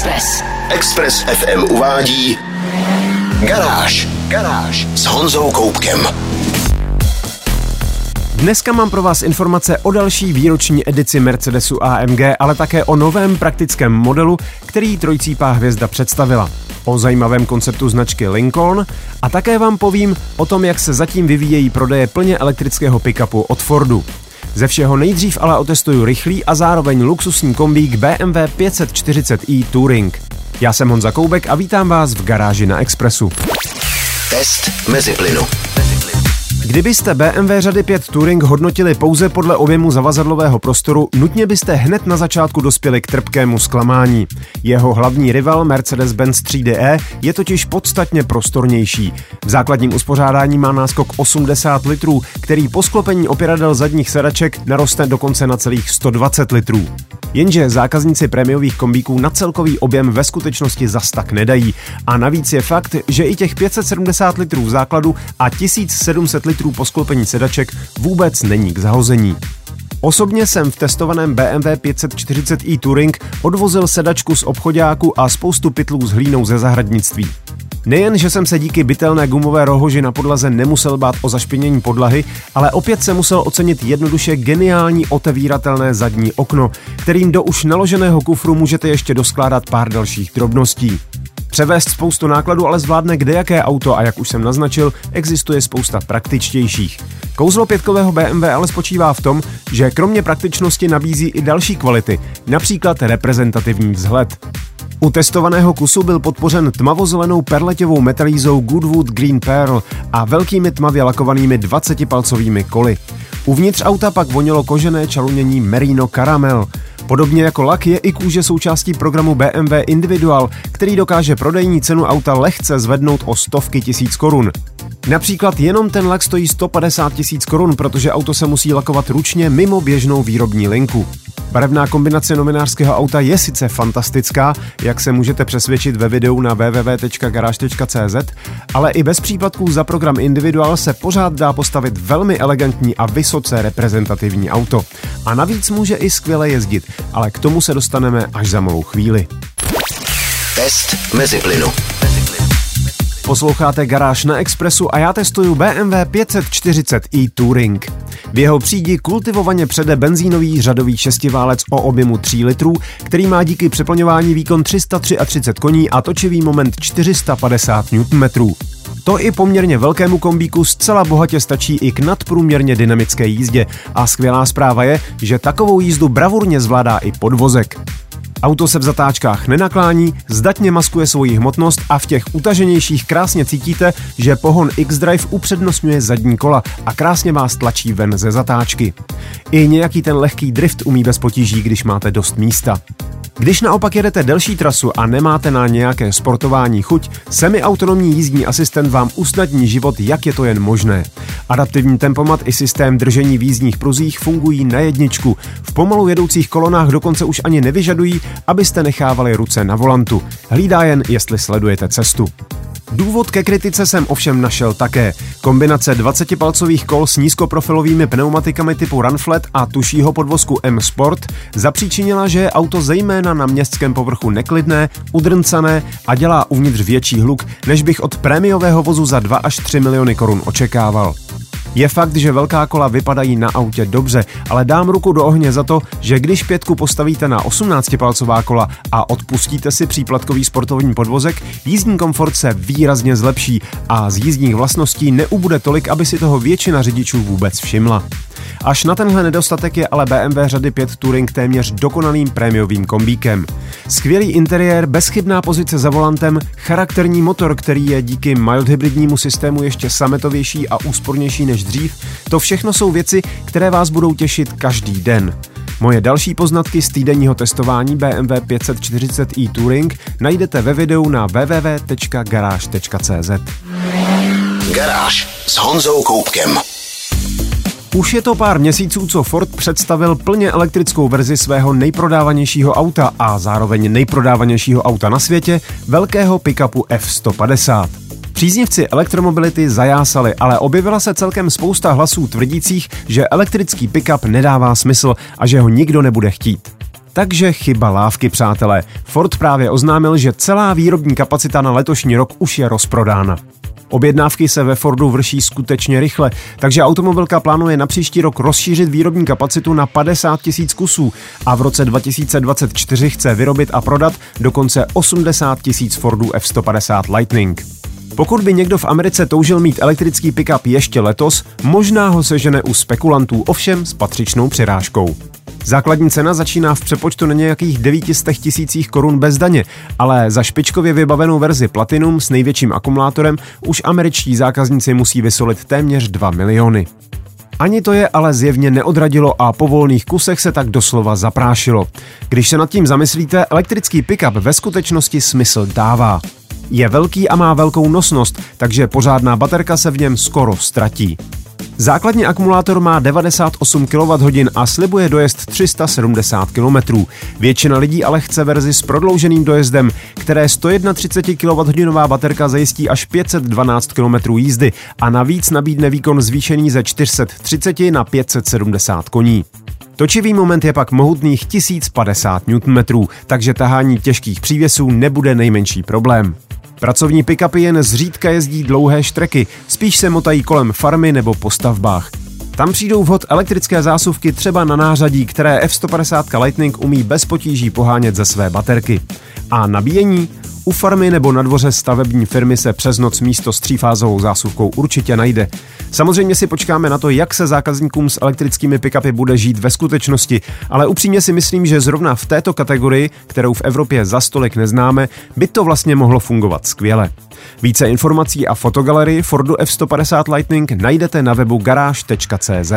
Express FM uvádí Garáž s Honzou Koubkem. Dneska mám pro vás informace o další výroční edici Mercedesu AMG, ale také o novém praktickém modelu, který trojcípá hvězda představila. O zajímavém konceptu značky Lincoln a také vám povím o tom, jak se zatím vyvíjejí prodeje plně elektrického pick-upu od Fordu. Ze všeho nejdřív ale otestuju rychlý a zároveň luxusní kombík BMW 540i Touring. Já jsem Honza Koubek a vítám vás v Garáži na Expressu. Test meziplynu. Kdybyste BMW řady 5 Touring hodnotili pouze podle objemu zavazadlového prostoru, nutně byste hned na začátku dospěli k trpkému zklamání. Jeho hlavní rival Mercedes-Benz 3DE je totiž podstatně prostornější. V základním uspořádání má náskok 80 litrů, který po sklopení opěradel zadních sedaček naroste dokonce na celých 120 litrů. Jenže zákazníci prémiových kombíků na celkový objem ve skutečnosti zas tak nedají. A navíc je fakt, že i těch 570 litrů v základu a 1700 litrů po sklopení sedaček vůbec není k zahození. Osobně jsem v testovaném BMW 540i Touring odvozil sedačku z obchoďáku a spoustu pytlů s hlínou ze zahradnictví. Nejen, že jsem se díky bytelné gumové rohoži na podlaze nemusel bát o zašpinění podlahy, ale opět se musel ocenit jednoduše geniální otevíratelné zadní okno, kterým do už naloženého kufru můžete ještě doskládat pár dalších drobností. Převést spoustu nákladu ale zvládne kdejaké auto a jak už jsem naznačil, existuje spousta praktičtějších. Kouzlo pětkového BMW ale spočívá v tom, že kromě praktičnosti nabízí i další kvality, například reprezentativní vzhled. U testovaného kusu byl podpořen tmavozelenou perleťovou metalízou Goodwood Green Pearl a velkými tmavě lakovanými 20-palcovými koly. Uvnitř auta pak vonilo kožené čalunění Merino Caramel. Podobně jako lak je i kůže součástí programu BMW Individual, který dokáže prodejní cenu auta lehce zvednout o stovky tisíc korun. Například jenom ten lak stojí 150 tisíc korun, protože auto se musí lakovat ručně mimo běžnou výrobní linku. Barevná kombinace novinářského auta je sice fantastická, jak se můžete přesvědčit ve videu na www.garage.cz, ale i bez příplatků za program Individual se pořád dá postavit velmi elegantní a vysoce reprezentativní auto. A navíc může i skvěle jezdit, ale k tomu se dostaneme až za malou chvíli. Test meziplynu. Posloucháte Garáž na Expressu a já testuju BMW 540i Touring. V jeho přídi kultivovaně přede benzínový řadový šestiválec o objemu 3 litrů, který má díky přeplňování výkon 333 koní a točivý moment 450 Nm. To i poměrně velkému kombíku zcela bohatě stačí i k nadprůměrně dynamické jízdě a skvělá zpráva je, že takovou jízdu bravurně zvládá i podvozek. Auto se v zatáčkách nenaklání, zdatně maskuje svoji hmotnost a v těch utaženějších krásně cítíte, že pohon X-Drive upřednostňuje zadní kola a krásně vás tlačí ven ze zatáčky. I nějaký ten lehký drift umí bez potíží, když máte dost místa. Když naopak jedete delší trasu a nemáte na nějaké sportování chuť, semiautonomní jízdní asistent vám usnadní život, jak je to jen možné. Adaptivní tempomat i systém držení v jízdních pruzích fungují na jedničku. V pomalu jedoucích kolonách dokonce už ani nevyžadují, abyste nechávali ruce na volantu. Hlídá jen, jestli sledujete cestu. Důvod ke kritice jsem ovšem našel také. Kombinace 20-palcových kol s nízkoprofilovými pneumatikami typu Runflat a tušího podvozku M-Sport zapříčinila, že je auto zejména na městském povrchu neklidné, udrncané a dělá uvnitř větší hluk, než bych od prémiového vozu za 2 až 3 miliony korun očekával. Je fakt, že velká kola vypadají na autě dobře, ale dám ruku do ohně za to, že když 5 postavíte na 18-palcová kola a odpustíte si příplatkový sportovní podvozek, jízdní komfort se výrazně zlepší a z jízdních vlastností neubude tolik, aby si toho většina řidičů vůbec všimla. Až na tenhle nedostatek je ale BMW řady 5 Touring téměř dokonalým prémiovým kombíkem. Skvělý interiér, bezchybná pozice za volantem, charakterní motor, který je díky mild hybridnímu systému ještě sametovější a úspornější než dřív, to všechno jsou věci, které vás budou těšit každý den. Moje další poznatky z týdenního testování BMW 540i Touring najdete ve videu na www.garage.cz. Garáž s Honzou Koubkem. Už je to pár měsíců, co Ford představil plně elektrickou verzi svého nejprodávanějšího auta a zároveň nejprodávanějšího auta na světě, velkého pick-upu F150. Příznivci elektromobility zajásali, ale objevila se celkem spousta hlasů tvrdících, že elektrický pick-up nedává smysl a že ho nikdo nebude chtít. Takže chyba lávky, přátelé. Ford právě oznámil, že celá výrobní kapacita na letošní rok už je rozprodána. Objednávky se ve Fordu vrší skutečně rychle, takže automobilka plánuje na příští rok rozšířit výrobní kapacitu na 50 000 kusů a v roce 2024 chce vyrobit a prodat dokonce 80 000 Fordů F150 Lightning. Pokud by někdo v Americe toužil mít elektrický pick-up ještě letos, možná ho sežene u spekulantů, ovšem s patřičnou přirážkou. Základní cena začíná v přepočtu na nějakých 900 000 korun bez daně, ale za špičkově vybavenou verzi Platinum s největším akumulátorem už američtí zákazníci musí vysolit téměř 2 miliony. Ani to je ale zjevně neodradilo a po volných kusech se tak doslova zaprášilo. Když se nad tím zamyslíte, elektrický pick-up ve skutečnosti smysl dává. Je velký a má velkou nosnost, takže pořádná baterka se v něm skoro ztratí. Základní akumulátor má 98 kWh a slibuje dojezd 370 km. Většina lidí ale chce verzi s prodlouženým dojezdem, které 131 kWh baterka zajistí až 512 km jízdy a navíc nabídne výkon zvýšený ze 430 na 570 koní. Točivý moment je pak mohutných 1050 Nm, takže tahání těžkých přívěsů nebude nejmenší problém. Pracovní pick-upy jen zřídka jezdí dlouhé štreky, spíš se motají kolem farmy nebo po stavbách. Tam přijdou vhod elektrické zásuvky třeba na nářadí, které F150 Lightning umí bez potíží pohánět ze své baterky. A nabíjení? U farmy nebo na dvoře stavební firmy se přes noc místo s třífázovou zásuvkou určitě najde. Samozřejmě si počkáme na to, jak se zákazníkům s elektrickými pick-upy bude žít ve skutečnosti, ale upřímně si myslím, že zrovna v této kategorii, kterou v Evropě za stolik neznáme, by to vlastně mohlo fungovat skvěle. Více informací a fotogalerii Fordu F150 Lightning najdete na webu garage.cz.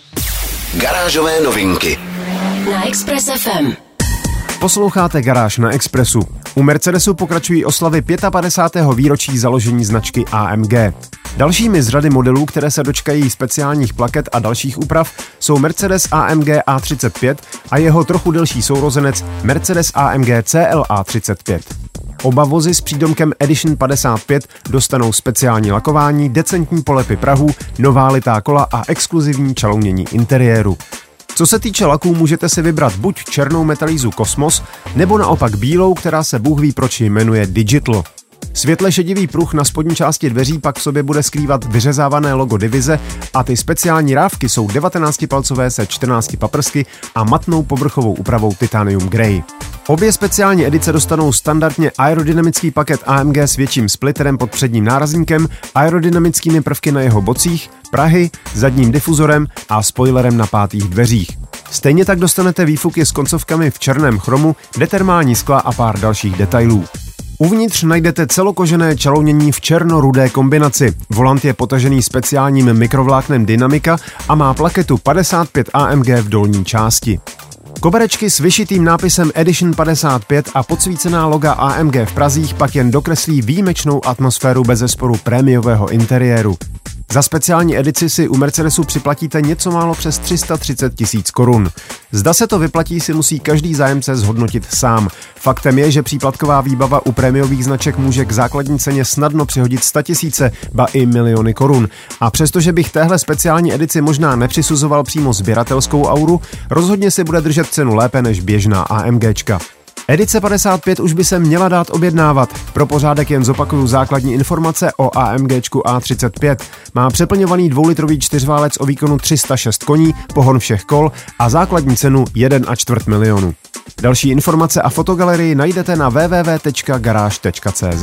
Garážové novinky na Express FM. Posloucháte Garáž na Expressu. U Mercedesu pokračují oslavy 55. výročí založení značky AMG. Dalšími z řady modelů, které se dočkají speciálních plaket a dalších úprav, jsou Mercedes AMG A35 a jeho trochu delší sourozenec Mercedes AMG CLA 35. Oba vozy s přídomkem Edition 55 dostanou speciální lakování, decentní polepy prahů, nová litá kola a exkluzivní čalounění interiéru. Co se týče laků, můžete si vybrat buď černou metalízu Cosmos, nebo naopak bílou, která se bůh ví proč jmenuje Digital. Světle šedivý pruh na spodní části dveří pak v sobě bude skrývat vyřezávané logo divize a ty speciální rávky jsou 19-palcové se 14 paprsky a matnou povrchovou úpravou Titanium Grey. Obě speciální edice dostanou standardně aerodynamický paket AMG s větším splitterem pod předním nárazníkem, aerodynamickými prvky na jeho bocích, prahy, zadním difuzorem a spoilerem na pátých dveřích. Stejně tak dostanete výfuky s koncovkami v černém chromu, determální skla a pár dalších detailů. Uvnitř najdete celokožené čalounění v černo-rudé kombinaci. Volant je potažený speciálním mikrovláknem Dynamica a má plaketu 55 AMG v dolní části. Koberečky s vyšitým nápisem Edition 55 a podsvícená loga AMG v prazích pak jen dokreslí výjimečnou atmosféru bezesporu prémiového interiéru. Za speciální edici si u Mercedesu připlatíte něco málo přes 330 000 korun. Zda se to vyplatí, si musí každý zájemce zhodnotit sám. Faktem je, že příplatková výbava u prémiových značek může k základní ceně snadno přihodit 100 000, ba i miliony korun. A přestože bych téhle speciální edici možná nepřisuzoval přímo sběratelskou auru, rozhodně si bude držet cenu lépe než běžná AMGčka. Edice 55 už by se měla dát objednávat. Pro pořádek jen zopakuju základní informace o AMGčku A35. Má přeplňovaný 2-litrový čtyřválec o výkonu 306 koní, pohon všech kol a základní cenu 1,25 milionu. Další informace a fotogalerii najdete na www.garage.cz.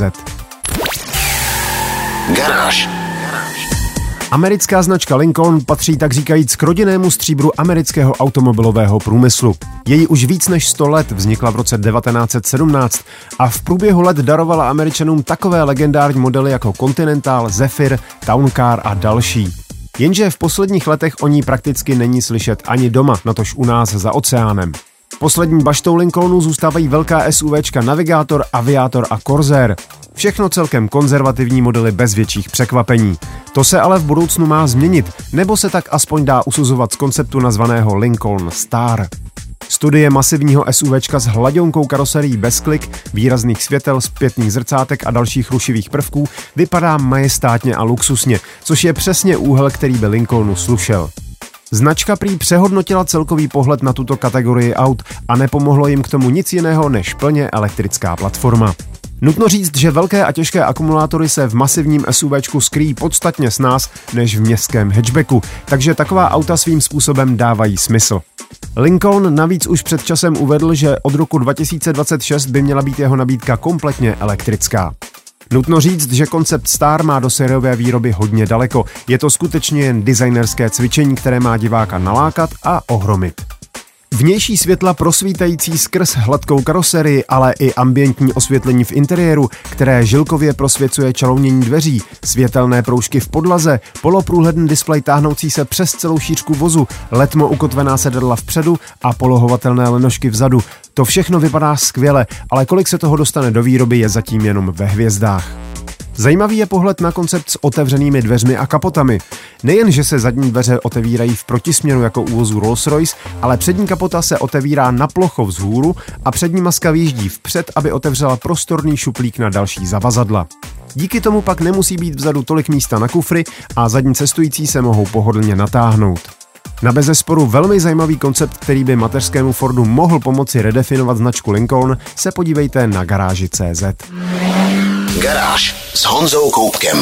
Garáž. Americká značka Lincoln patří tak říkajíc k rodinnému stříbru amerického automobilového průmyslu. Její už víc než 100 let vznikla v roce 1917 a v průběhu let darovala Američanům takové legendární modely jako Continental, Zephyr, Town Car a další. Jenže v posledních letech o ní prakticky není slyšet ani doma, natož u nás za oceánem. Poslední baštou Lincolnu zůstávají velká SUVčka Navigator, Aviator a Corsair. Všechno celkem konzervativní modely bez větších překvapení. To se ale v budoucnu má změnit, nebo se tak aspoň dá usuzovat z konceptu nazvaného Lincoln Star. Studie masivního SUVčka s hladionkou karoserií bez klik, výrazných světel, zpětných zrcátek a dalších rušivých prvků vypadá majestátně a luxusně, což je přesně úhel, který by Lincolnu slušel. Značka prý přehodnotila celkový pohled na tuto kategorii aut a nepomohlo jim k tomu nic jiného než plně elektrická platforma. Nutno říct, že velké a těžké akumulátory se v masivním SUVčku skrýjí podstatně snáz než v městském hatchbacku, takže taková auta svým způsobem dávají smysl. Lincoln navíc už před časem uvedl, že od roku 2026 by měla být jeho nabídka kompletně elektrická. Nutno říct, že koncept Star má do sériové výroby hodně daleko. Je to skutečně jen designerské cvičení, které má diváka nalákat a ohromit. Vnější světla prosvítající skrz hladkou karoserii, ale i ambientní osvětlení v interiéru, které žilkově prosvěcuje čalounění dveří, světelné proužky v podlaze, poloprůhledný displej táhnoucí se přes celou šířku vozu, letmo ukotvená sedadla vpředu a polohovatelné lenošky vzadu. To všechno vypadá skvěle, ale kolik se toho dostane do výroby, je zatím jenom ve hvězdách. Zajímavý je pohled na koncept s otevřenými dveřmi a kapotami. Nejen, že se zadní dveře otevírají v protisměru jako u vozu Rolls-Royce, ale přední kapota se otevírá na plocho vzhůru a přední maska vyjíždí vpřed, aby otevřela prostorný šuplík na další zavazadla. Díky tomu pak nemusí být vzadu tolik místa na kufry a zadní cestující se mohou pohodlně natáhnout. Na bezesporu velmi zajímavý koncept, který by mateřskému Fordu mohl pomoci redefinovat značku Lincoln, se podívejte na garáži.cz. Garáž s Honzou Koupkem.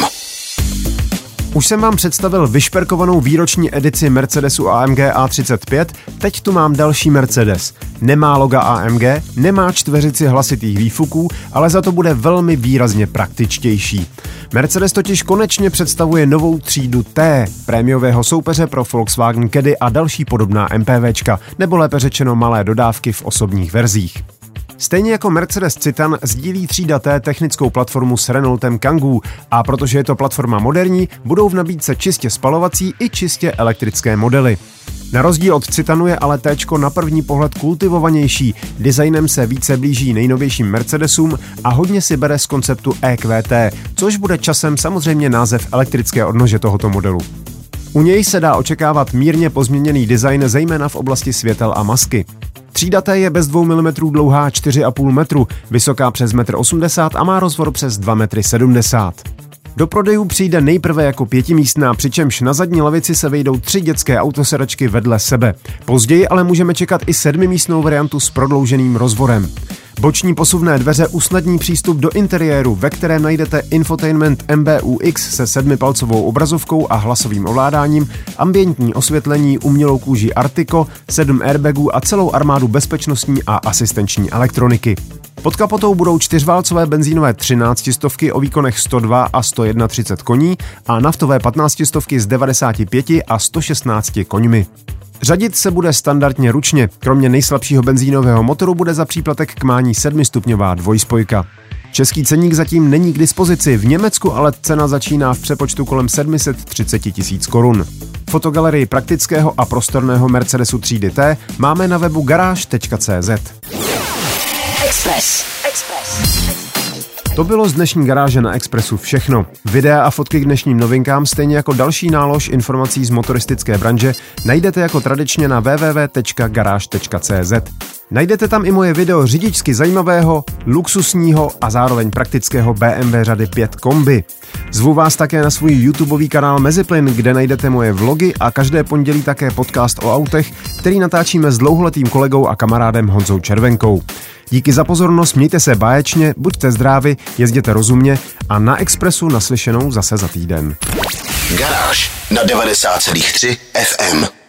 Už jsem vám představil vyšperkovanou výroční edici Mercedesu AMG A35, teď tu mám další Mercedes. Nemá loga AMG, nemá čtveřici hlasitých výfuků, ale za to bude velmi výrazně praktičtější. Mercedes totiž konečně představuje novou třídu T, prémiového soupeře pro Volkswagen Caddy a další podobná MPVčka, nebo lépe řečeno malé dodávky v osobních verzích. Stejně jako Mercedes Citan sdílí třída T technickou platformu s Renaultem Kangoo a protože je to platforma moderní, budou v nabídce čistě spalovací i čistě elektrické modely. Na rozdíl od Citanu je ale T-čko na první pohled kultivovanější, designem se více blíží nejnovějším Mercedesům a hodně si bere z konceptu EQT, což bude časem samozřejmě název elektrické odnože tohoto modelu. U něj se dá očekávat mírně pozměněný design, zejména v oblasti světel a masky. Třída T je bez 2 mm dlouhá 4,5 metru, vysoká přes 1,80 m a má rozvor přes 2,70 m. Do prodejů přijde nejprve jako 5místná, přičemž na zadní lavici se vejdou 3 dětské autosedačky vedle sebe. Později ale můžeme čekat i 7místnou variantu s prodlouženým rozvorem. Boční posuvné dveře usnadní přístup do interiéru, ve kterém najdete infotainment MBUX se 7palcovou obrazovkou a hlasovým ovládáním, ambientní osvětlení, umělou kůži Artico, 7 airbagů a celou armádu bezpečnostní a asistenční elektroniky. Pod kapotou budou 4válcové benzínové 13 o výkonech 102 a 131 koní a naftové 15 z 95 a 116 koňmi. Řadit se bude standardně ručně, kromě nejslabšího benzínového motoru bude za příplatek k mání 7stupňová dvojspojka. Český ceník zatím není k dispozici, v Německu ale cena začíná v přepočtu kolem 730 000 korun. Fotogalerii praktického a prostorného Mercedesu třídy T máme na webu garáž.cz. Express. To bylo z dnešní garáže na Expressu všechno. Videa a fotky k dnešním novinkám, stejně jako další nálož informací z motoristické branže, najdete jako tradičně na www.garage.cz. Najdete tam i moje video řidičsky zajímavého, luxusního a zároveň praktického BMW řady 5 kombi. Zvu vás také na svůj YouTubeový kanál Meziplyn, kde najdete moje vlogy a každé pondělí také podcast o autech, který natáčíme s dlouholetým kolegou a kamarádem Honzou Červenkou. Díky za pozornost, mějte se báječně, buďte zdraví, jezděte rozumně a na Expressu naslyšenou zase za týden. Garáž na 90,3 FM.